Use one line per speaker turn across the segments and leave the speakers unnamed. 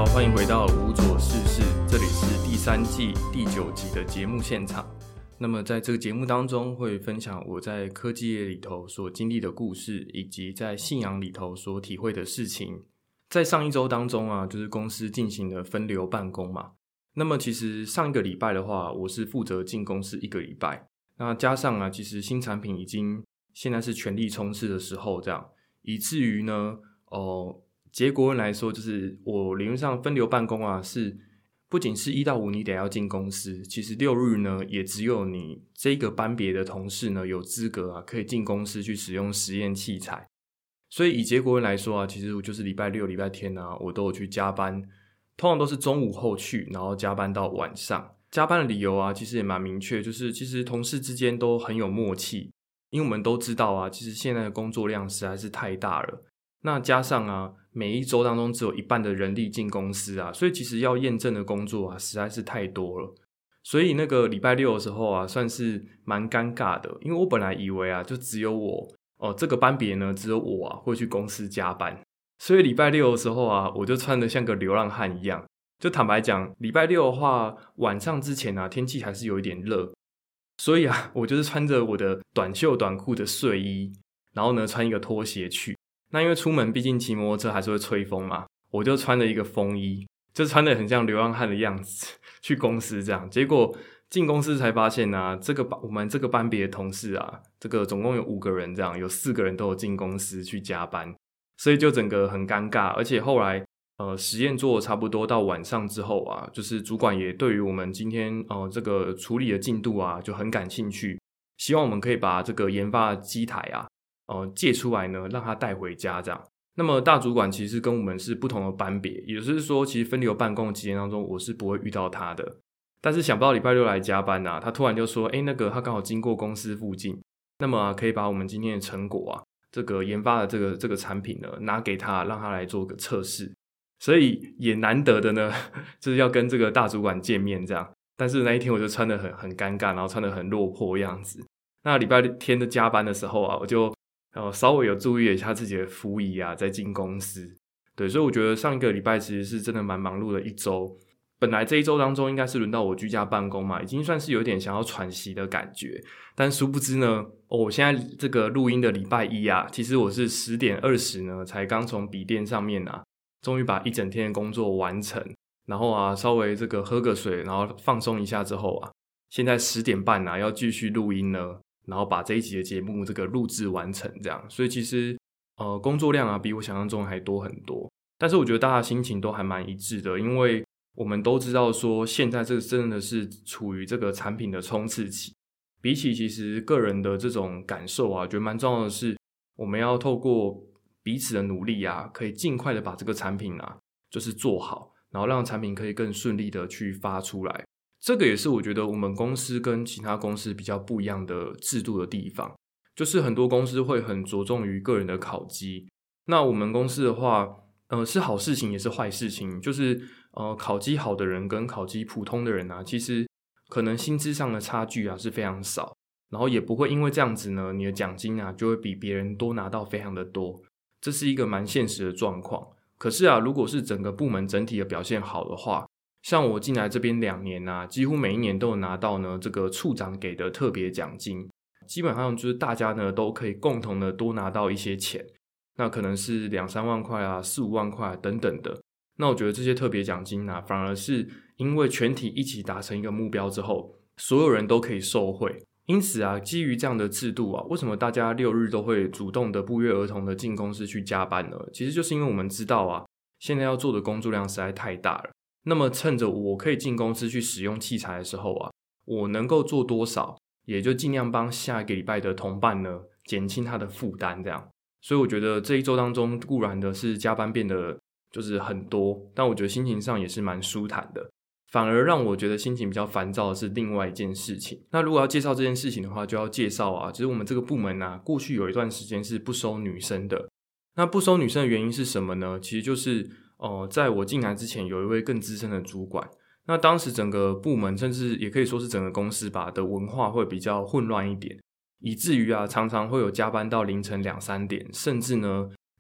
好，欢迎回到无左事事，这里是第3季第9集的节目现场。那么在这个节目当中会分享我在科技业里头所经历的故事，以及在信仰里头所体会的事情。在上一周当中啊，就是公司进行了分流办公嘛。那么其实上一个礼拜的话，我是负责进公司1个礼拜，那加上啊，其实新产品已经现在是全力冲刺的时候，这样以至于呢，结果论来说，就是我理论上分流办公啊，是不仅是1到5你得要进公司，其实6日呢，也只有你这个班别的同事呢有资格啊，可以进公司去使用实验器材。所以以结果论来说啊，其实我就是礼拜6、礼拜天啊，我都有去加班，通常都是中午后去，然后加班到晚上。加班的理由啊，其实也蛮明确，就是其实同事之间都很有默契，因为我们都知道啊，其实现在的工作量实在是太大了。那加上啊，每一周当中只有一半的人力进公司啊，所以其实要验证的工作啊，实在是太多了。所以那个礼拜6的时候啊，算是蛮尴尬的，因为我本来以为啊，就只有我这个班别呢，只有我啊会去公司加班，所以礼拜6的时候啊，我就穿得像个流浪汉一样。就坦白讲，礼拜6的话，晚上之前啊，天气还是有一点热，所以啊，我就是穿着我的短袖短裤的睡衣，然后呢，穿一个拖鞋去。那因为出门毕竟骑摩托车还是会吹风嘛，我就穿了一个风衣，就穿得很像流浪汉的样子去公司这样。结果进公司才发现啊，我们这个班别的同事啊，这个总共有5个人这样，有4个人都有进公司去加班，所以就整个很尴尬。而且后来实验做差不多到晚上之后啊，就是主管也对于我们今天这个处理的进度啊就很感兴趣，希望我们可以把这个研发的机台啊借出来呢，让他带回家这样。那么大主管其实跟我们是不同的班别，也就是说其实分流办公的期间当中我是不会遇到他的。但是想不到礼拜6来加班啊，他突然就说那个他刚好经过公司附近，那么可以把我们今天的成果啊，这个研发的这个产品呢拿给他，让他来做个测试。所以也难得的呢就是要跟这个大主管见面这样。但是那一天我就穿得很尴尬，然后穿得很落魄样子。那礼拜天的加班的时候啊，我就稍微有注意了一下自己的服仪啊，在进公司。对，所以我觉得上一个礼拜其实是真的蛮忙碌的一周。本来这一周当中应该是轮到我居家办公嘛，已经算是有点想要喘息的感觉。但殊不知呢，我现在这个录音的礼拜1啊，其实我是10点20呢才刚从笔电上面啊，终于把一整天的工作完成。然后啊，稍微这个喝个水，然后放松一下之后啊，现在10点半啊要继续录音呢。然后把这一集的节目这个录制完成这样。所以其实工作量啊比我想象中还多很多。但是我觉得大家心情都还蛮一致的，因为我们都知道说现在这个真的是处于这个产品的冲刺期。比起其实个人的这种感受啊，觉得蛮重要的是我们要透过彼此的努力啊，可以尽快的把这个产品啊就是做好，然后让产品可以更顺利的去发出来。这个也是我觉得我们公司跟其他公司比较不一样的制度的地方，就是很多公司会很着重于个人的考绩。那我们公司的话是好事情也是坏事情，就是考绩好的人跟考绩普通的人啊，其实可能薪资上的差距啊是非常少，然后也不会因为这样子呢，你的奖金啊就会比别人多拿到非常的多，这是一个蛮现实的状况。可是啊，如果是整个部门整体的表现好的话，像我进来这边2年啊，几乎每一年都有拿到呢这个处长给的特别奖金，基本上就是大家呢都可以共同的多拿到一些钱，那可能是2-3万块啊4-5万块等等的。那我觉得这些特别奖金啊，反而是因为全体一起达成一个目标之后，所有人都可以受惠。因此啊，基于这样的制度啊，为什么大家6日都会主动的不约而同的进公司去加班呢？其实就是因为我们知道啊，现在要做的工作量实在太大了。那么趁着我可以进公司去使用器材的时候啊，我能够做多少，也就尽量帮下一个礼拜的同伴呢减轻他的负担这样。所以我觉得这一周当中固然的是加班变得就是很多，但我觉得心情上也是蛮舒坦的。反而让我觉得心情比较烦躁的是另外一件事情。那如果要介绍这件事情的话，就要介绍啊，就是我们这个部门啊，过去有一段时间是不收女生的。那不收女生的原因是什么呢？其实就是在我进来之前有一位更资深的主管，那当时整个部门甚至也可以说是整个公司吧的文化会比较混乱一点，以至于啊常常会有加班到凌晨2-3点，甚至呢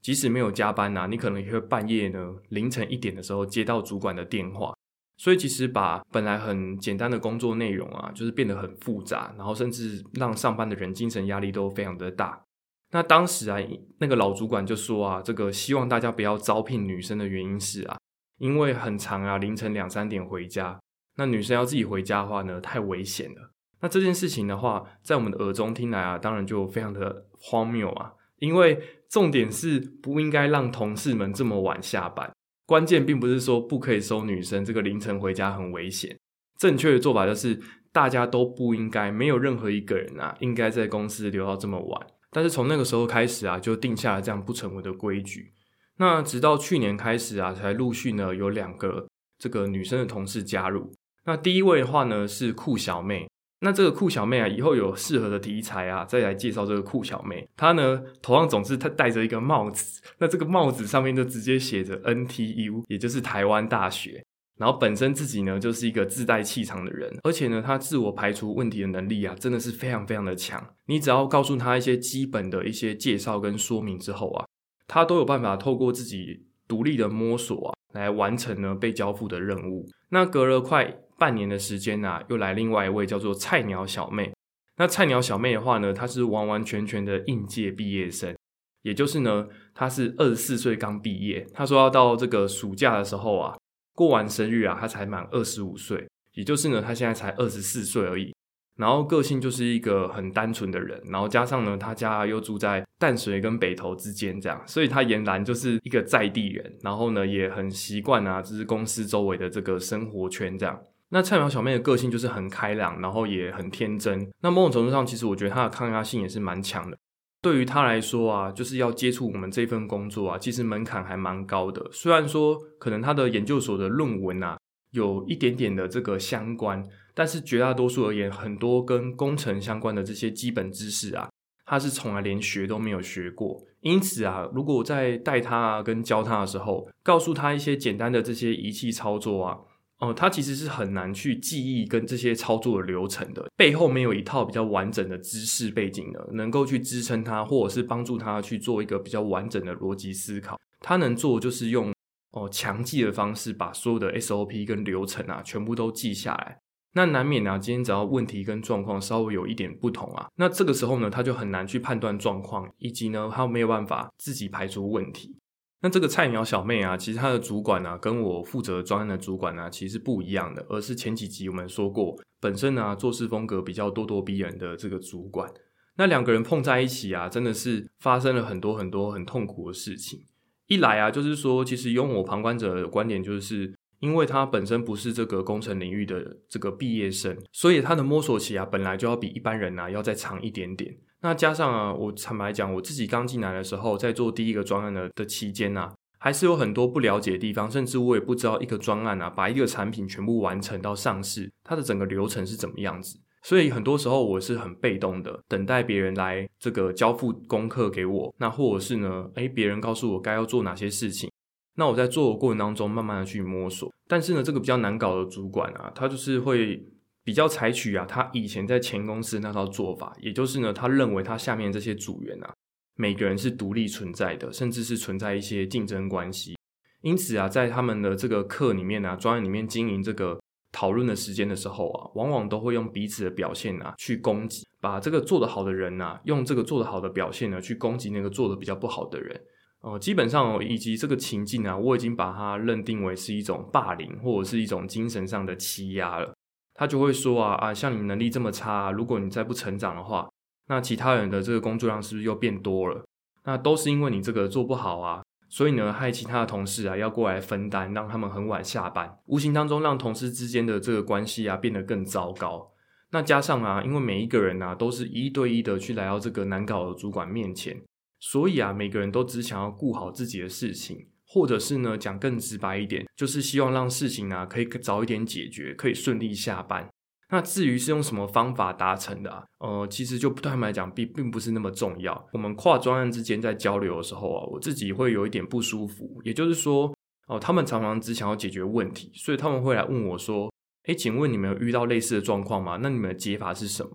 即使没有加班啊，你可能也会半夜呢凌晨1点的时候接到主管的电话。所以其实把本来很简单的工作内容啊，就是变得很复杂，然后甚至让上班的人精神压力都非常的大。那当时啊，那个老主管就说啊，这个希望大家不要招聘女生的原因是啊，因为很长啊，凌晨2、3点回家，那女生要自己回家的话呢，太危险了。那这件事情的话，在我们的耳中听来啊，当然就非常的荒谬啊，因为重点是不应该让同事们这么晚下班。关键并不是说不可以收女生，这个凌晨回家很危险。正确的做法就是大家都不应该，没有任何一个人啊，应该在公司留到这么晚。但是从那个时候开始啊，就定下了这样不成文的规矩。那直到去年开始啊，才陆续呢有2个这个女生的同事加入。那第一位的话呢是酷小妹。那这个酷小妹啊，以后有适合的题材啊，再来介绍这个酷小妹。她呢头上总是她戴着一个帽子，那这个帽子上面就直接写着 NTU， 也就是台湾大学。然后本身自己呢就是一个自带气场的人，而且呢他自我排除问题的能力啊真的是非常非常的强。你只要告诉他一些基本的一些介绍跟说明之后啊，他都有办法透过自己独立的摸索啊来完成呢被交付的任务。那隔了快半年的时间啊，又来另外一位叫做菜鸟小妹。那菜鸟小妹的话呢，她是完完全全的应届毕业生，也就是呢她是24岁刚毕业。她说要到这个暑假的时候啊，过完生日啊，她才满25岁，也就是呢她现在才24岁而已。然后个性就是一个很单纯的人，然后加上呢她家又住在淡水跟北投之间这样，所以她俨然就是一个在地人，然后呢也很习惯啊就是公司周围的这个生活圈这样。那菜鸟小妹的个性就是很开朗，然后也很天真。那某种程度上其实我觉得她的抗压性也是蛮强的。对于她来说啊，就是要接触我们这份工作啊，其实门槛还蛮高的。虽然说可能她的研究所的论文啊有一点点的这个相关，但是绝大多数而言，很多跟工程相关的这些基本知识啊，她是从来连学都没有学过。因此啊，如果我在带她啊跟教她的时候，告诉她一些简单的这些仪器操作啊，它其实是很难去记忆跟这些操作的流程的，背后没有一套比较完整的知识背景呢，能够去支撑它，或者是帮助它去做一个比较完整的逻辑思考。它能做就是用强记的方式，把所有的 SOP 跟流程啊全部都记下来。那难免啊，今天只要问题跟状况稍微有一点不同啊，那这个时候呢，他就很难去判断状况，以及呢，他没有办法自己排除问题。那这个菜鸟小妹啊，其实她的主管啊，跟我负责专案的主管啊，其实是不一样的，而是前几集我们说过，本身啊做事风格比较咄咄逼人的这个主管。那2个人碰在一起啊，真的是发生了很多很多很痛苦的事情。一来啊，就是说，其实用我旁观者的观点，就是因为他本身不是这个工程领域的这个毕业生，所以他的摸索期啊，本来就要比一般人啊要再长一点点。那加上啊，我坦白讲，我自己刚进来的时候，在做第一个专案的期间啊，还是有很多不了解的地方，甚至我也不知道一个专案啊，把一个产品全部完成到上市，它的整个流程是怎么样子。所以很多时候我是很被动的，等待别人来这个交付功课给我，那或者是呢，别人告诉我该要做哪些事情，那我在做的过程当中慢慢的去摸索。但是呢，这个比较难搞的主管啊，他就是会比较采取啊他以前在前公司那套做法，也就是呢，他认为他下面这些组员啊，每个人是独立存在的，甚至是存在一些竞争关系。因此啊，在他们的这个课里面啊，专案里面经营这个讨论的时间的时候啊，往往都会用彼此的表现啊去攻击，把这个做得好的人啊，用这个做得好的表现呢去攻击那个做得比较不好的人。基本上以及这个情境啊，我已经把它认定为是一种霸凌或者是一种精神上的欺压了。他就会说啊，像你能力这么差啊，如果你再不成长的话，那其他人的这个工作量是不是又变多了？那都是因为你这个做不好啊，所以呢，害其他的同事啊要过来分担，让他们很晚下班，无形当中让同事之间的这个关系啊变得更糟糕。那加上啊，因为每一个人啊都是一对一的去来到这个难搞的主管面前，所以啊每个人都只想要顾好自己的事情，或者是呢讲更直白一点，就是希望让事情啊可以早一点解决，可以顺利下班。那至于是用什么方法达成的其实就对他们来讲并不是那么重要。我们跨专案之间在交流的时候啊，我自己会有一点不舒服，也就是说他们常常只想要解决问题，所以他们会来问我说请问你们有遇到类似的状况吗？那你们的解法是什么？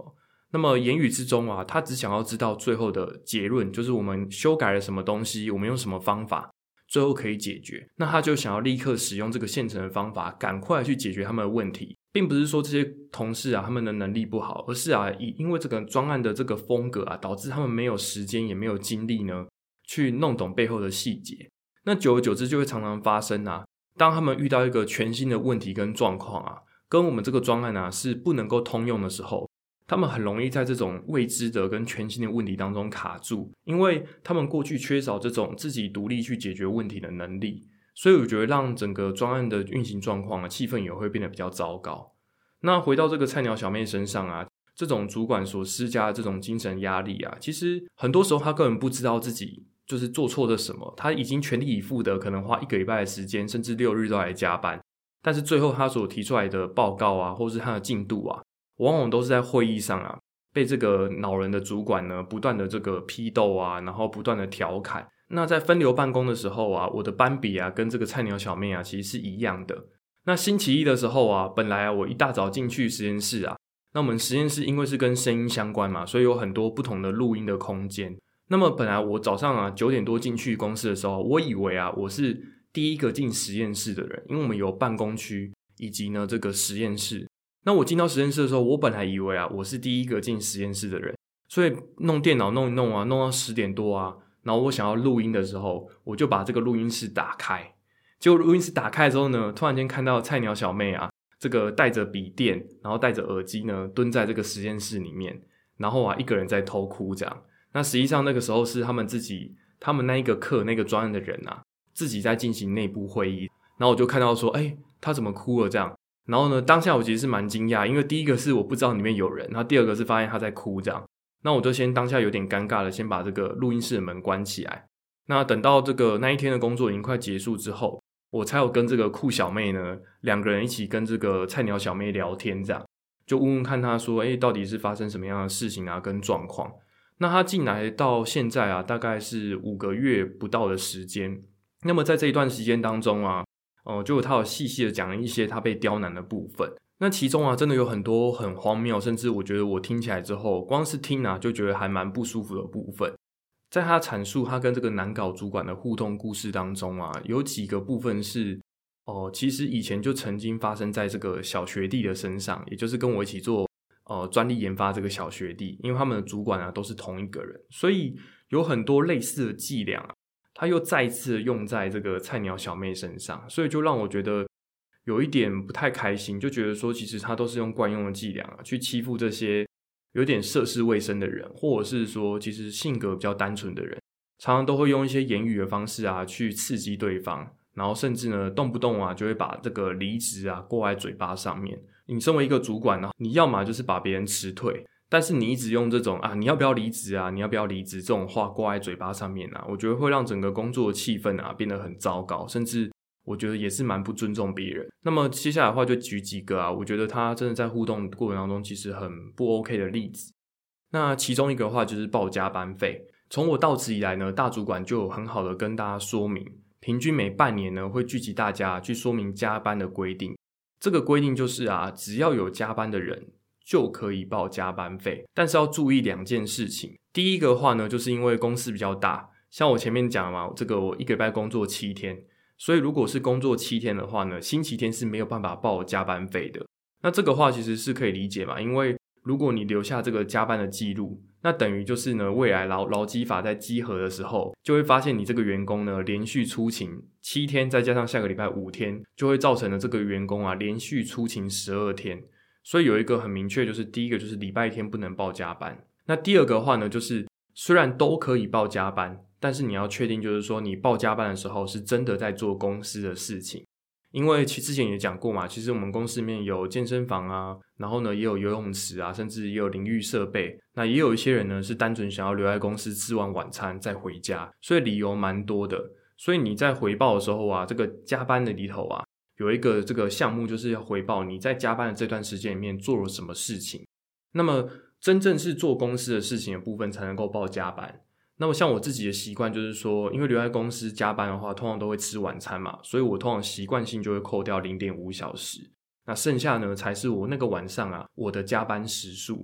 那么言语之中啊，他只想要知道最后的结论，就是我们修改了什么东西，我们用什么方法最后可以解决，那他就想要立刻使用这个现成的方法，赶快去解决他们的问题，并不是说这些同事啊他们的能力不好，而是啊因为这个专案的这个风格啊，导致他们没有时间也没有精力呢去弄懂背后的细节。那久而久之就会常常发生啊，当他们遇到一个全新的问题跟状况啊，跟我们这个专案啊是不能够通用的时候，他们很容易在这种未知的跟全新的问题当中卡住，因为他们过去缺少这种自己独立去解决问题的能力，所以我觉得让整个专案的运行状况啊，气氛也会变得比较糟糕。那回到这个菜鸟小妹身上啊，这种主管所施加的这种精神压力啊，其实很多时候他根本不知道自己就是做错了什么，他已经全力以赴的可能花1个礼拜的时间，甚至6日都来加班，但是最后他所提出来的报告啊，或是他的进度啊，往往都是在会议上啊，被这个恼人的主管呢不断的这个批斗啊，然后不断的调侃。那在分流办公的时候啊，我的班比啊跟这个菜鸟小妹啊其实是一样的。那星期一的时候啊，本来啊我一大早进去实验室啊，那我们实验室因为是跟声音相关嘛，所以有很多不同的录音的空间。那么本来我早上啊9点多进去公司的时候，我以为啊我是第一个进实验室的人，因为我们有办公区以及呢这个实验室。那我进到实验室的时候，我本来以为啊我是第一个进实验室的人，所以弄电脑弄一弄啊，弄到10点多啊，然后我想要录音的时候，我就把这个录音室打开。结果录音室打开之后呢，突然间看到菜鸟小妹啊，这个带着笔电，然后带着耳机呢，蹲在这个实验室里面，然后啊一个人在偷哭这样。那实际上那个时候是他们那一个课那个专案的人啊，自己在进行内部会议。然后我就看到说，他怎么哭了这样？然后呢，当下我其实是蛮惊讶，因为第一个是我不知道里面有人，然后第二个是发现他在哭这样。那我就先当下有点尴尬了，先把这个录音室的门关起来。那等到那一天的工作已经快结束之后，我才有跟这个酷小妹呢2个人一起跟这个菜鸟小妹聊天这样，就问问看她说到底是发生什么样的事情啊跟状况。那她进来到现在啊大概是5个月不到的时间。那么在这一段时间当中啊就她有细细的讲了一些她被刁难的部分。那其中啊真的有很多很荒谬，甚至我觉得我听起来之后光是听啊就觉得还蛮不舒服的部分。在他阐述他跟这个难搞主管的互动故事当中啊，有几个部分是其实以前就曾经发生在这个小学弟的身上，也就是跟我一起做专利研发这个小学弟，因为他们的主管啊都是同一个人，所以有很多类似的伎俩啊，他又再一次用在这个菜鸟小妹身上，所以就让我觉得有一点不太开心，就觉得说其实他都是用惯用的伎俩啊去欺负这些有点涉世未深的人，或者是说其实性格比较单纯的人，常常都会用一些言语的方式啊去刺激对方，然后甚至呢动不动啊就会把这个离职啊挂在嘴巴上面。你身为一个主管呢，你要嘛就是把别人辞退，但是你一直用这种你要不要离职啊，你要不要离职这种话挂在嘴巴上面啊，我觉得会让整个工作的气氛啊变得很糟糕，甚至我觉得也是蛮不尊重别人。那么接下来的话就举几个啊，我觉得他真的在互动过程当中其实很不 OK 的例子。那其中一个的话就是报加班费。从我到职以来呢，大主管就有很好的跟大家说明，平均每半年呢会聚集大家去说明加班的规定。这个规定就是只要有加班的人就可以报加班费，但是要注意2件事情。第一个的话呢，就是因为公司比较大，像我前面讲嘛，这个我1个礼拜工作7天，所以如果是工作7天的话呢，星期天是没有办法报加班费的。那这个话其实是可以理解嘛，因为如果你留下这个加班的记录，那等于就是呢未来劳基法在稽核的时候就会发现你这个员工呢连续出勤7天，再加上下个礼拜5天，就会造成了这个员工连续出勤12天。所以有一个很明确，就是第一个就是礼拜天不能报加班。那第二个的话呢，就是虽然都可以报加班，但是你要确定就是说你报加班的时候是真的在做公司的事情。因为之前也讲过嘛，其实我们公司里面有健身房啊，然后呢也有游泳池啊，甚至也有淋浴设备。那也有一些人呢是单纯想要留在公司吃完晚餐再回家，所以理由蛮多的。所以你在回报的时候这个加班的里头有一个这个项目就是要回报你在加班的这段时间里面做了什么事情。那么真正是做公司的事情的部分才能够报加班。那么像我自己的习惯就是说，因为留在公司加班的话通常都会吃晚餐嘛，所以我通常习惯性就会扣掉 0.5 小时，那剩下呢才是我那个晚上我的加班时数。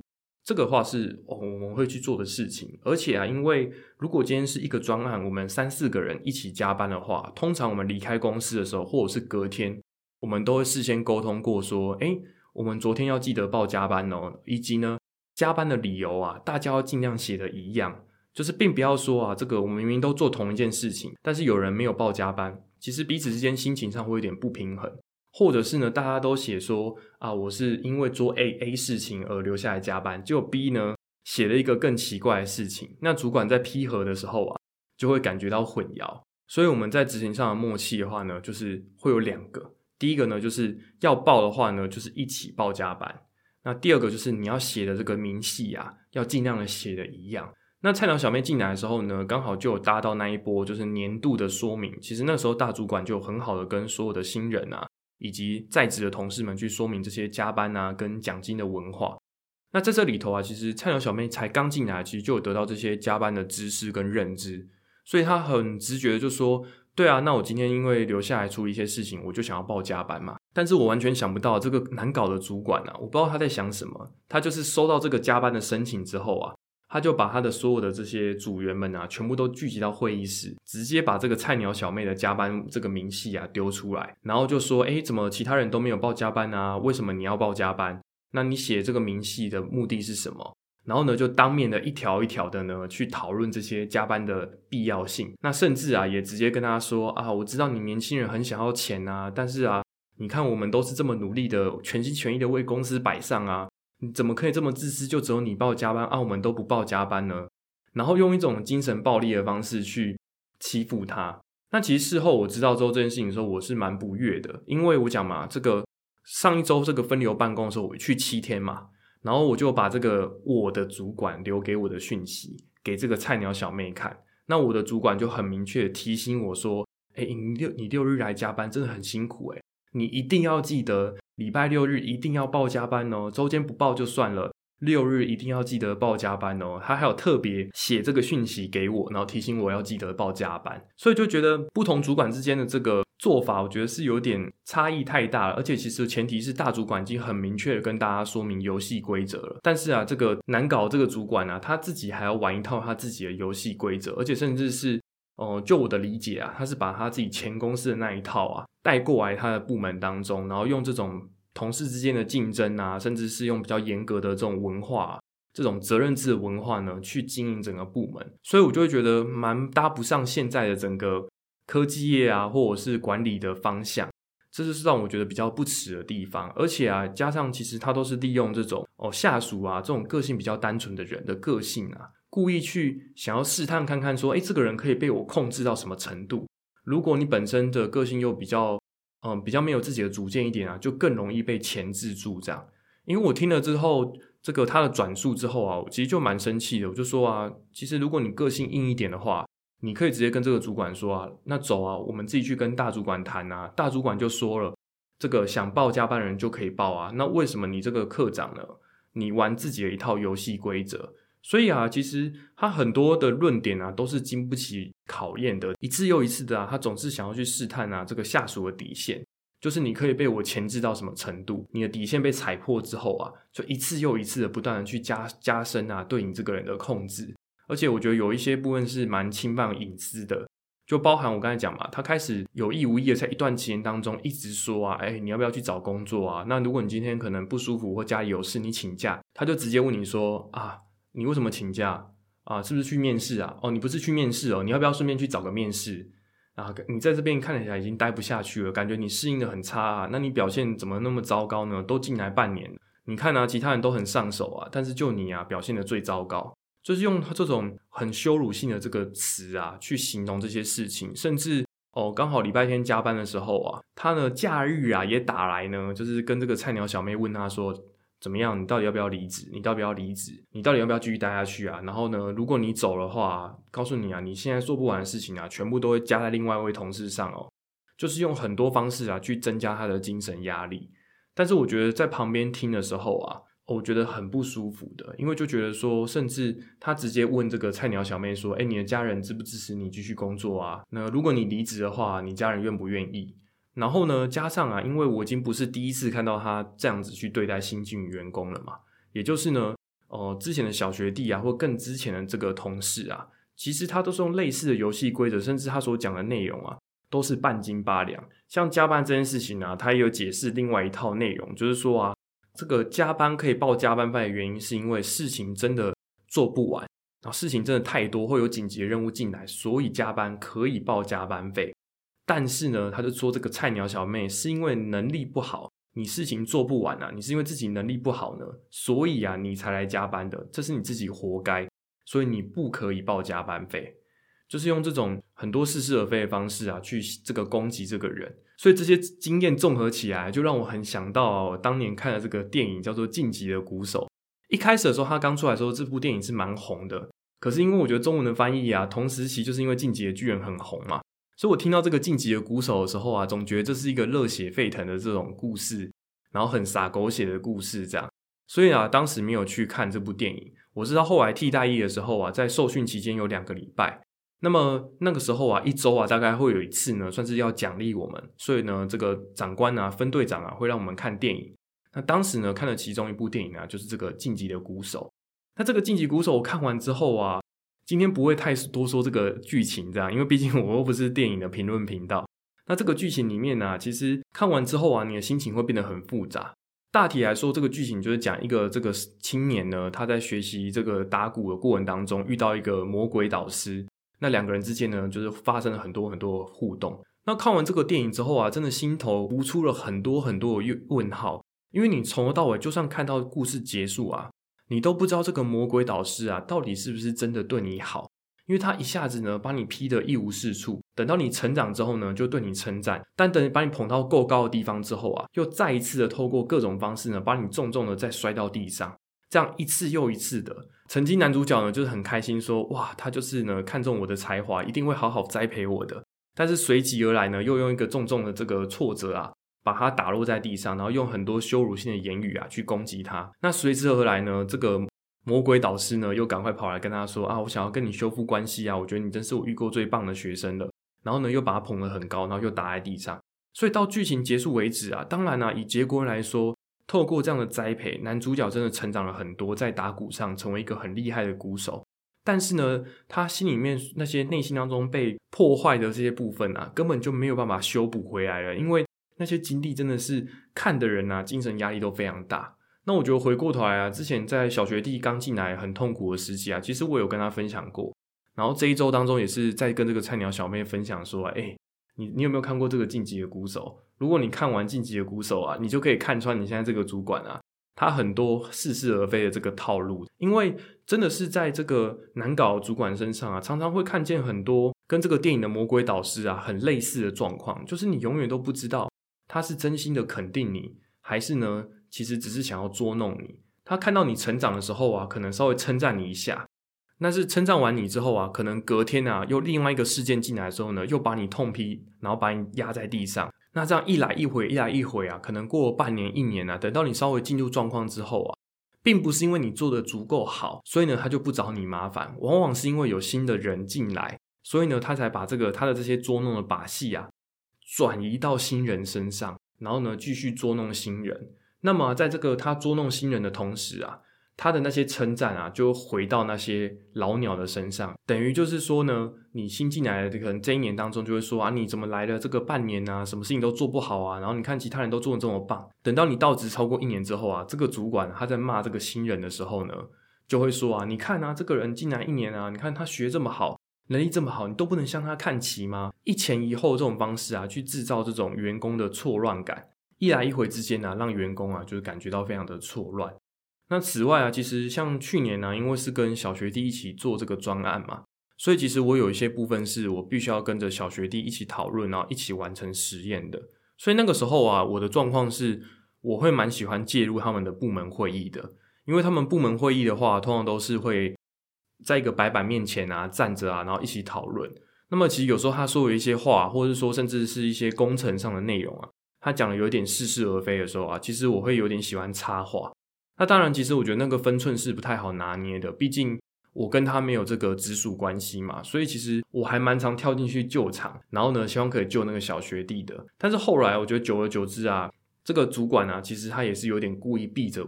这个话是我们会去做的事情。而且啊，因为如果今天是一个专案，我们3-4个人一起加班的话，通常我们离开公司的时候，或者是隔天，我们都会事先沟通过说，我们昨天要记得报加班哦，以及呢加班的理由啊，大家要尽量写的一样，就是并不要说啊，这个我们明明都做同一件事情，但是有人没有报加班，其实彼此之间心情上会有点不平衡。或者是呢，大家都写说啊，我是因为做 A 事情而留下来加班，结果 B 呢写了一个更奇怪的事情，那主管在批核的时候啊，就会感觉到混淆。所以我们在执行上的默契的话呢，就是会有2个。第一个呢，就是要报的话呢，就是一起报加班。那第二个就是你要写的这个明细啊，要尽量的写的一样。那菜鸟小妹进来的时候呢，刚好就有搭到那一波就是年度的说明。其实那时候大主管就很好的跟所有的新人啊，以及在职的同事们去说明这些加班啊跟奖金的文化。那在这里头啊，其实菜鸟小妹才刚进来，其实就有得到这些加班的知识跟认知，所以她很直觉的就说，对啊，那我今天因为留下来处理一些事情，我就想要报加班嘛。但是我完全想不到这个难搞的主管啊，我不知道他在想什么。他就是收到这个加班的申请之后啊，他就把他的所有的这些组员们啊，全部都聚集到会议室，直接把这个菜鸟小妹的加班这个明细啊丢出来，然后就说，怎么其他人都没有报加班啊？为什么你要报加班？那你写这个明细的目的是什么？然后呢，就当面的一条一条的呢去讨论这些加班的必要性。那甚至啊，也直接跟他说啊，我知道你年轻人很想要钱啊，但是啊，你看我们都是这么努力的，全心全意的为公司摆上啊，你怎么可以这么自私，就只有你报加班啊，我们都不报加班呢？然后用一种精神暴力的方式去欺负他。那其实事后我知道之后这件事情的时候，我是蛮不悦的，因为我讲嘛，这个上一周这个分流办公的时候，我去7天嘛，然后我就把这个我的主管留给我的讯息给这个菜鸟小妹看。那我的主管就很明确的提醒我说，你6日来加班真的很辛苦你一定要记得礼拜6日一定要报加班哦，周间不报就算了，6日一定要记得报加班哦。他还有特别写这个讯息给我，然后提醒我要记得报加班。所以就觉得不同主管之间的这个做法，我觉得是有点差异太大了。而且其实前提是大主管已经很明确的跟大家说明游戏规则了，但是啊，这个难搞这个主管啊，他自己还要玩一套他自己的游戏规则，而且甚至是就我的理解啊，他是把他自己前公司的那一套啊带过来他的部门当中，然后用这种同事之间的竞争啊，甚至是用比较严格的这种文化这种责任制的文化呢，去经营整个部门。所以我就会觉得蛮搭不上现在的整个科技业啊，或者是管理的方向，这就是让我觉得比较不耻的地方。而且啊，加上其实他都是利用这种下属啊这种个性比较单纯的人的个性啊，故意去想要试探看看说，这个人可以被我控制到什么程度。如果你本身的个性又比较没有自己的主见一点啊，就更容易被钳制住这样。因为我听了之后，这个他的转述之后啊，我其实就蛮生气的。我就说啊，其实如果你个性硬一点的话，你可以直接跟这个主管说啊，那走啊，我们自己去跟大主管谈啊。大主管就说了，这个想报加班的人就可以报啊。那为什么你这个科长呢，你玩自己的一套游戏规则？所以啊，其实他很多的论点啊，都是经不起考验的，一次又一次的啊，他总是想要去试探啊这个下属的底线，就是你可以被我钳制到什么程度，你的底线被踩破之后啊，就一次又一次的不断的去加深啊对你这个人的控制。而且我觉得有一些部分是蛮侵犯隐私的，就包含我刚才讲嘛，他开始有意无意的在一段期间当中一直说啊，你要不要去找工作啊？那如果你今天可能不舒服或家里有事，你请假，他就直接问你说啊，你为什么请假啊？是不是去面试啊？你不是去面试你要不要顺便去找个面试啊？你在这边看起来已经待不下去了，感觉你适应的很差啊，那你表现怎么那么糟糕呢？都进来半年，你看啊，其他人都很上手啊，但是就你啊表现的最糟糕。就是用这种很羞辱性的这个词啊去形容这些事情，甚至刚好礼拜天加班的时候啊，他呢假日啊也打来呢，就是跟这个菜鸟小妹问他说，怎么样，你到底要不要离职？你到底要不要离职？你到底要不要继续待下去啊？然后呢，如果你走的话，告诉你啊，你现在做不完的事情啊，全部都会加在另外一位同事上就是用很多方式啊去增加他的精神压力。但是我觉得在旁边听的时候啊，我觉得很不舒服的，因为就觉得说，甚至他直接问这个菜鸟小妹说，你的家人支不支持你继续工作啊？那如果你离职的话，你家人愿不愿意？然后呢，加上啊，因为我已经不是第一次看到他这样子去对待新进员工了嘛，也就是呢， 之前的小学弟啊，或更之前的这个同事啊，其实他都是用类似的游戏规则，甚至他所讲的内容啊，都是半斤八两。像加班这件事情啊，他也有解释另外一套内容，就是说啊，这个加班可以报加班费的原因，是因为事情真的做不完，然后事情真的太多，会有紧急的任务进来，所以加班可以报加班费。但是呢，他就说这个菜鸟小妹是因为能力不好，你事情做不完啊，你是因为自己能力不好呢，所以啊你才来加班的，这是你自己活该，所以你不可以报加班费。就是用这种很多似是而非的方式啊，去这个攻击这个人。所以这些经验综合起来，就让我很想到我当年看的这个电影叫做《晋级的鼓手》。一开始的时候，他刚出来的时候，这部电影是蛮红的。可是因为我觉得中文的翻译啊，同时期就是因为《晋级的巨人》很红嘛，所以我听到这个晋级的鼓手的时候啊，总觉得这是一个热血沸腾的这种故事，然后很洒狗血的故事这样。所以啊，当时没有去看这部电影。我知道后来替代役的时候啊，在受训期间有2个礼拜，那么那个时候啊，1周啊大概会有一次呢，算是要奖励我们，所以呢，这个长官啊、分队长啊会让我们看电影。那当时呢，看了其中一部电影啊，就是这个晋级的鼓手。那这个晋级鼓手我看完之后啊，今天不会太多说这个剧情这样，因为毕竟我又不是电影的评论频道。那这个剧情里面啊，其实看完之后啊，你的心情会变得很复杂。大体来说，这个剧情就是讲一个这个青年呢，他在学习这个打鼓的过程当中遇到一个魔鬼导师，那2个人之间呢，就是发生了很多很多的互动。那看完这个电影之后啊，真的心头浮出了很多很多的问号，因为你从头到尾就算看到故事结束啊，你都不知道这个魔鬼导师啊到底是不是真的对你好，因为他一下子呢把你批得一无是处，等到你成长之后呢就对你称赞，但等把你捧到够高的地方之后啊，又再一次的透过各种方式呢把你重重的再摔到地上，这样一次又一次的。曾经男主角呢就是很开心说，哇，他就是呢看中我的才华，一定会好好栽培我的，但是随即而来呢又用一个重重的这个挫折啊把他打落在地上，然后用很多羞辱性的言语啊去攻击他。那随之而来呢，这个魔鬼导师呢又赶快跑来跟他说啊，我想要跟你修复关系啊，我觉得你真是我遇过最棒的学生了。然后呢又把他捧得很高，然后又打在地上。所以到剧情结束为止啊，当然啊以结果来说，透过这样的栽培，男主角真的成长了很多，在打鼓上成为一个很厉害的鼓手。但是呢，他心里面那些内心当中被破坏的这些部分啊，根本就没有办法修补回来了，因为那些经历真的是看的人啊，精神压力都非常大。那我觉得回过头来啊，之前在小学弟刚进来很痛苦的时期啊，其实我有跟他分享过。然后这一周当中也是在跟这个菜鸟小妹分享说，你有没有看过这个晋级的鼓手？如果你看完晋级的鼓手啊，你就可以看穿你现在这个主管啊，他很多似是而非的这个套路。因为真的是在这个难搞的主管身上啊，常常会看见很多跟这个电影的魔鬼导师啊很类似的状况，就是你永远都不知道他是真心的肯定你，还是呢其实只是想要捉弄你。他看到你成长的时候啊，可能稍微称赞你一下，但是称赞完你之后啊，可能隔天啊又另外一个事件进来的时候呢，又把你痛批，然后把你压在地上。那这样一来一回一来一回啊，可能过了半年1年啊，等到你稍微进入状况之后啊，并不是因为你做的足够好，所以呢他就不找你麻烦，往往是因为有新的人进来，所以呢他才把他的这些捉弄的把戏啊转移到新人身上，然后呢继续捉弄新人。那么在这个他捉弄新人的同时啊，他的那些称赞啊就回到那些老鸟的身上，等于就是说呢，你新进来的可能这1年当中就会说啊，你怎么来了这个半年啊，什么事情都做不好啊，然后你看其他人都做得这么棒。等到你到职超过1年之后啊，这个主管他在骂这个新人的时候呢，就会说啊，你看啊，这个人进来1年啊，你看他学这么好，能力这么好，你都不能向他看齐吗？一前一后这种方式啊，去制造这种员工的错乱感，一来一回之间啊，让员工啊就是感觉到非常的错乱。那此外啊，其实像去年啊，因为是跟小学弟一起做这个专案嘛，所以其实我有一些部分是我必须要跟着小学弟一起讨论，然后一起完成实验的。所以那个时候啊，我的状况是我会蛮喜欢介入他们的部门会议的，因为他们部门会议的话，通常都是会在一个白板面前啊站着啊，然后一起讨论。那么其实有时候他说的一些话，或者是说甚至是一些工程上的内容啊，他讲的有点似是而非的时候啊，其实我会有点喜欢插话。那当然其实我觉得那个分寸是不太好拿捏的，毕竟我跟他没有这个直属关系嘛，所以其实我还蛮常跳进去救场，然后呢希望可以救那个小学弟的。但是后来我觉得久而久之啊，这个主管啊其实他也是有点故意避着我，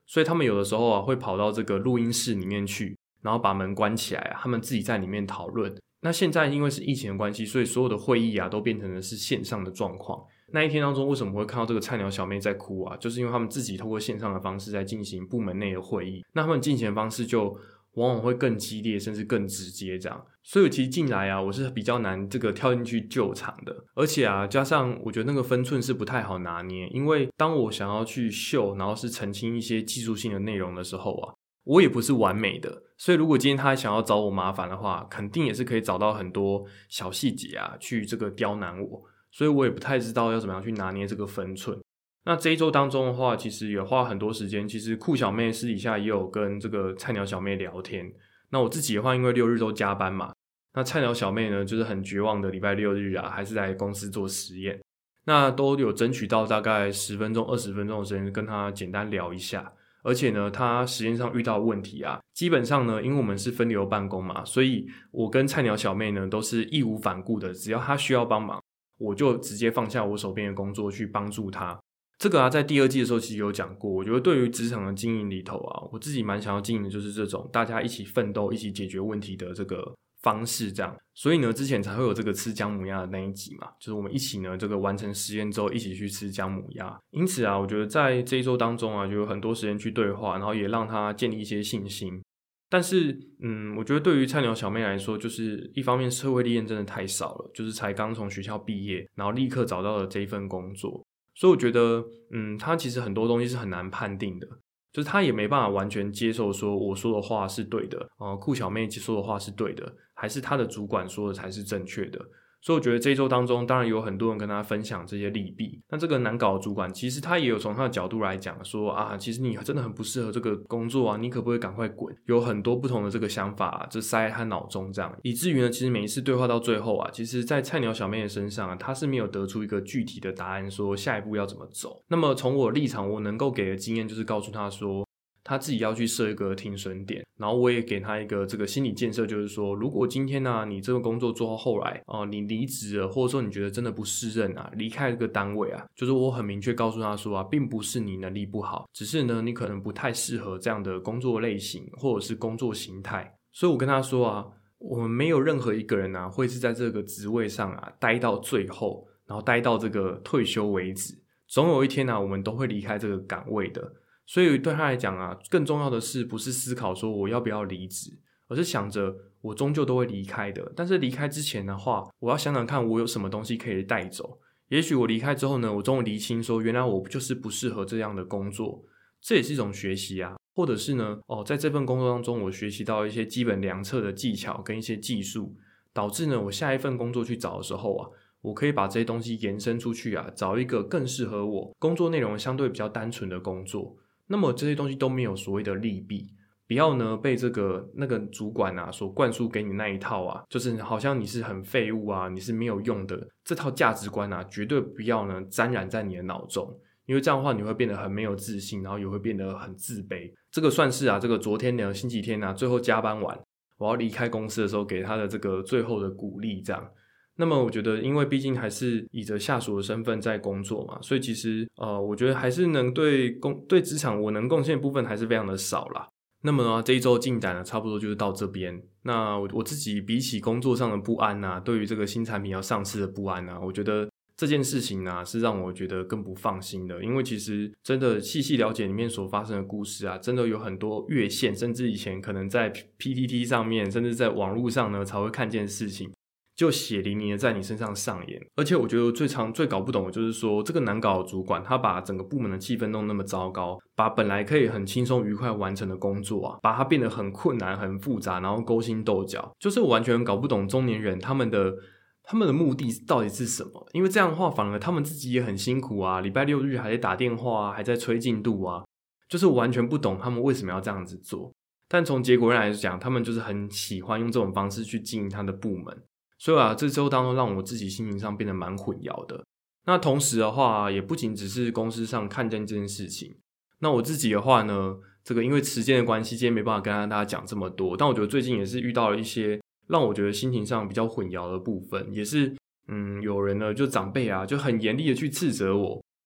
所以他们有的时候啊会跑到这个录音室里面去，然后把门关起来啊，他们自己在里面讨论。那现在因为是疫情的关系，所以所有的会议啊都变成的是线上的状况。那一天当中为什么会看到这个菜鸟小妹在哭啊？就是因为他们自己透过线上的方式在进行部门内的会议，那他们进行的方式就往往会更激烈，甚至更直接这样。所以其实进来啊，我是比较难这个跳进去救场的。而且啊，加上我觉得那个分寸是不太好拿捏，因为当我想要去秀，然后是澄清一些技术性的内容的时候啊，我也不是完美的。所以如果今天他想要找我麻烦的话，肯定也是可以找到很多小细节啊，去这个刁难我。所以我也不太知道要怎么样去拿捏这个分寸。那这一周当中的话，其实也花很多时间，其实酷小妹私底下也有跟这个菜鸟小妹聊天。那我自己的话，因为6日都加班嘛，那菜鸟小妹呢就是很绝望的礼拜6日啊，还是来公司做实验。那都有争取到大概10分钟20分钟的时间跟她简单聊一下。而且呢，她实验上遇到的问题啊，基本上呢，因为我们是分流办公嘛，所以我跟菜鸟小妹呢都是义无反顾的，只要她需要帮忙，我就直接放下我手边的工作去帮助他。这个啊，在第2季的时候其实有讲过，我觉得对于职场的经营里头啊，我自己蛮想要经营的就是这种大家一起奋斗、一起解决问题的这个方式这样。所以呢，之前才会有这个吃姜母鸭的那一集嘛，就是我们一起呢这个完成实验之后一起去吃姜母鸭。因此啊，我觉得在这一周当中啊，就有很多时间去对话，然后也让他建立一些信心。但是我觉得对于菜鸟小妹来说，就是一方面社会历练真的太少了，就是才刚从学校毕业，然后立刻找到了这一份工作。所以我觉得她其实很多东西是很难判定的，就是她也没办法完全接受说我说的话是对的，酷小妹说的话是对的，还是她的主管说的才是正确的。所以我觉得这一周当中，当然有很多人跟他分享这些利弊。那这个难搞的主管，其实他也有从他的角度来讲说啊，其实你真的很不适合这个工作啊，你可不可以赶快滚？有很多不同的这个想法啊，就塞在他脑中这样，以至于呢，其实每一次对话到最后啊，其实在菜鸟小妹的身上啊，他是没有得出一个具体的答案，说下一步要怎么走。那么从我的立场，我能够给的经验就是告诉他说，他自己要去设一个停损点，然后我也给他一个这个心理建设，就是说如果今天啊你这个工作做到后来你离职了，或者说你觉得真的不适任啊，离开这个单位啊，就是我很明确告诉他说啊，并不是你能力不好，只是呢你可能不太适合这样的工作类型或者是工作形态。所以我跟他说啊，我们没有任何一个人啊会是在这个职位上啊待到最后，然后待到这个退休为止，总有一天啊我们都会离开这个岗位的。所以对他来讲啊，更重要的是不是思考说我要不要离职，而是想着我终究都会离开的。但是离开之前的话，我要想想看我有什么东西可以带走。也许我离开之后呢，我终于厘清说原来我就是不适合这样的工作，这也是一种学习啊。或者是呢在这份工作当中我学习到一些基本量测的技巧跟一些技术，导致呢我下一份工作去找的时候啊，我可以把这些东西延伸出去啊，找一个更适合我工作内容相对比较单纯的工作。那么这些东西都没有所谓的利弊，不要呢被那个主管啊所灌输给你那一套啊，就是好像你是很废物啊，你是没有用的，这套价值观啊绝对不要呢沾染在你的脑中，因为这样的话你会变得很没有自信，然后也会变得很自卑。这个算是啊这个昨天的星期天啊最后加班完我要离开公司的时候给他的这个最后的鼓励这样。那么我觉得因为毕竟还是以着下属的身份在工作嘛，所以其实我觉得还是能对职场我能贡献的部分还是非常的少啦。那么呢这一周进展呢差不多就是到这边。那我自己比起工作上的不安啊，对于这个新产品要上市的不安啊，我觉得这件事情啊是让我觉得更不放心的。因为其实真的细细了解里面所发生的故事啊，真的有很多越线，甚至以前可能在 PTT 上面甚至在网络上呢才会看见的事情，就血淋淋的在你身上上演。而且我觉得最搞不懂的就是说，这个难搞的主管他把整个部门的气氛弄那么糟糕，把本来可以很轻松愉快完成的工作啊，把它变得很困难很复杂，然后勾心斗角。就是我完全搞不懂中年人他们的目的到底是什么。因为这样的话反而他们自己也很辛苦啊，礼拜6日还在打电话啊，还在催进度啊，就是我完全不懂他们为什么要这样子做。但从结果来讲，他们就是很喜欢用这种方式去经营他的部门。所以啊，这周当中让我自己心情上变得蛮混淆的。那同时的话，也不仅只是公司上看见这件事情。那我自己的话呢，这个因为时间的关系，今天没办法跟大家讲这么多。但我觉得最近也是遇到了一些让我觉得心情上比较混淆的部分，也是有人呢就长辈啊就很严厉的去斥责我，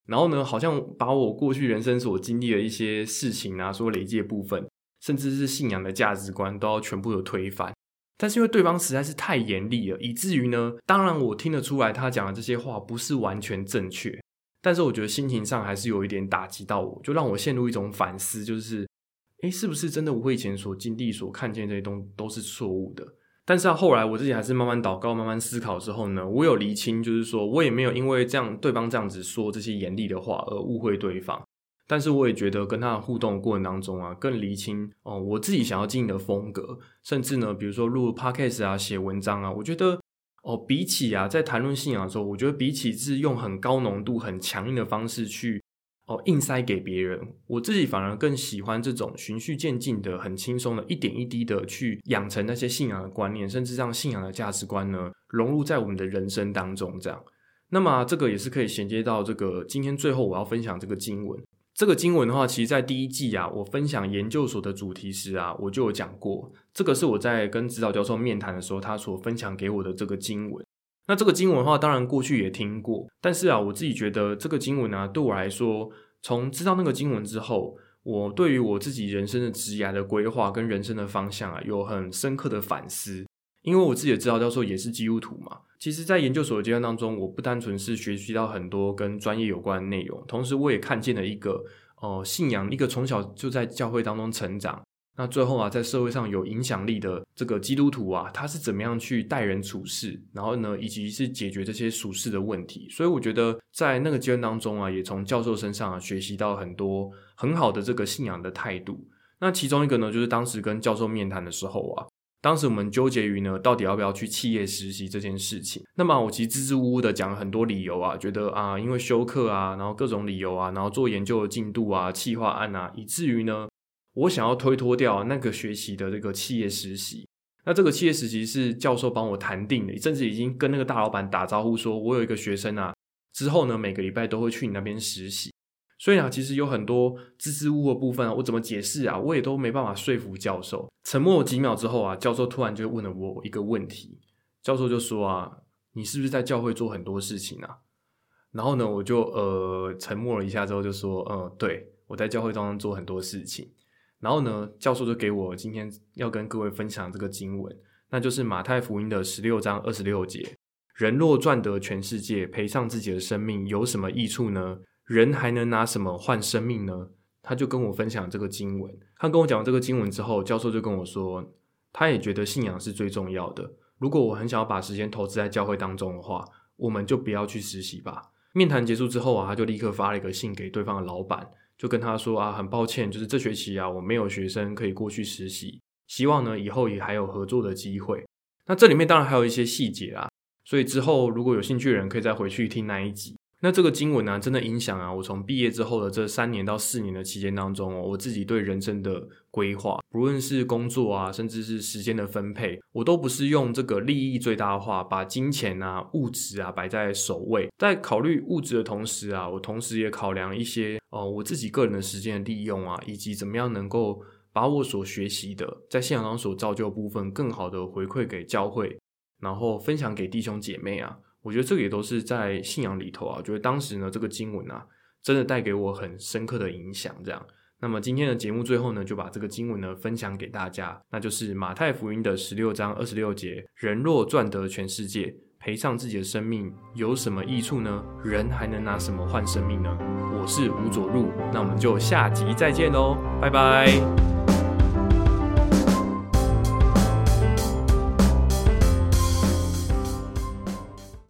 然后呢，好像把我过去人生所经历的一些事情啊，所累积的部分，甚至是信仰的价值观，都要全部的推翻。但是因为对方实在是太严厉了，以至于呢，当然我听得出来他讲的这些话不是完全正确，但是我觉得心情上还是有一点打击到我，就让我陷入一种反思，就是是不是真的我以前所经历所看见这些东西都是错误的。但是后来我自己还是慢慢祷告慢慢思考之后呢，我有厘清，就是说我也没有因为这样对方这样子说这些严厉的话而误会对方，但是我也觉得跟他的互动的过程当中啊，更厘清我自己想要经营的风格，甚至呢比如说录 podcast 啊，写文章啊，我觉得比起在谈论信仰的时候，我觉得比起是用很高浓度很强硬的方式去硬塞给别人，我自己反而更喜欢这种循序渐进的很轻松的一点一滴的去养成那些信仰的观念，甚至让信仰的价值观呢融入在我们的人生当中这样。那么这个也是可以衔接到这个今天最后我要分享这个经文。这个经文的话，其实在第一季我分享研究所的主题时我就有讲过，这个是我在跟指导教授面谈的时候他所分享给我的这个经文。那这个经文的话，当然过去也听过，但是我自己觉得这个经文对我来说，从知道那个经文之后，我对于我自己人生的职涯的规划跟人生的方向有很深刻的反思。因为我自己的指导教授也是基督徒嘛，其实在研究所的阶段当中，我不单纯是学习到很多跟专业有关的内容，同时我也看见了一个信仰，一个从小就在教会当中成长，那最后在社会上有影响力的这个基督徒他是怎么样去待人处事，然后呢以及是解决这些属世的问题。所以我觉得在那个阶段当中也从教授身上学习到很多很好的这个信仰的态度。那其中一个呢，就是当时跟教授面谈的时候当时我们纠结于呢到底要不要去企业实习这件事情。那么我其实支支吾吾的讲了很多理由觉得因为修课然后各种理由然后做研究的进度企划案以至于呢我想要推脱掉那个学习的这个企业实习。那这个企业实习是教授帮我谈定的，甚至已经跟那个大老板打招呼说，我有一个学生之后呢每个礼拜都会去你那边实习。所以其实有很多支支吾吾的部分我怎么解释我也都没办法说服教授。沉默了几秒之后教授突然就问了我一个问题。教授就说你是不是在教会做很多事情然后呢我就沉默了一下之后就说对，我在教会当中做很多事情。然后呢教授就给我今天要跟各位分享这个经文，那就是马太福音的16章26节，人若赚得全世界，赔上自己的生命，有什么益处呢？人还能拿什么换生命呢？他就跟我分享这个经文。他跟我讲这个经文之后，教授就跟我说，他也觉得信仰是最重要的，如果我很想要把时间投资在教会当中的话，我们就不要去实习吧。面谈结束之后他就立刻发了一个信给对方的老板，就跟他说很抱歉，就是这学期我没有学生可以过去实习，希望呢以后也还有合作的机会。那这里面当然还有一些细节所以之后如果有兴趣的人可以再回去听那一集。那这个经文真的影响我从毕业之后的这3年到4年的期间当中我自己对人生的规划，不论是工作甚至是时间的分配，我都不是用这个利益最大化，把金钱物质摆在首位。在考虑物质的同时我同时也考量一些我自己个人的时间的利用以及怎么样能够把我所学习的在信仰当中所造就的部分更好的回馈给教会，然后分享给弟兄姐妹我觉得这个也都是在信仰里头我觉得当时呢这个经文真的带给我很深刻的影响这样。那么今天的节目最后呢，就把这个经文呢分享给大家，那就是马太福音的16章26节，人若赚得全世界，赔上自己的生命，有什么益处呢？人还能拿什么换生命呢？我是吴佐入，那我们就下集再见咯，拜拜。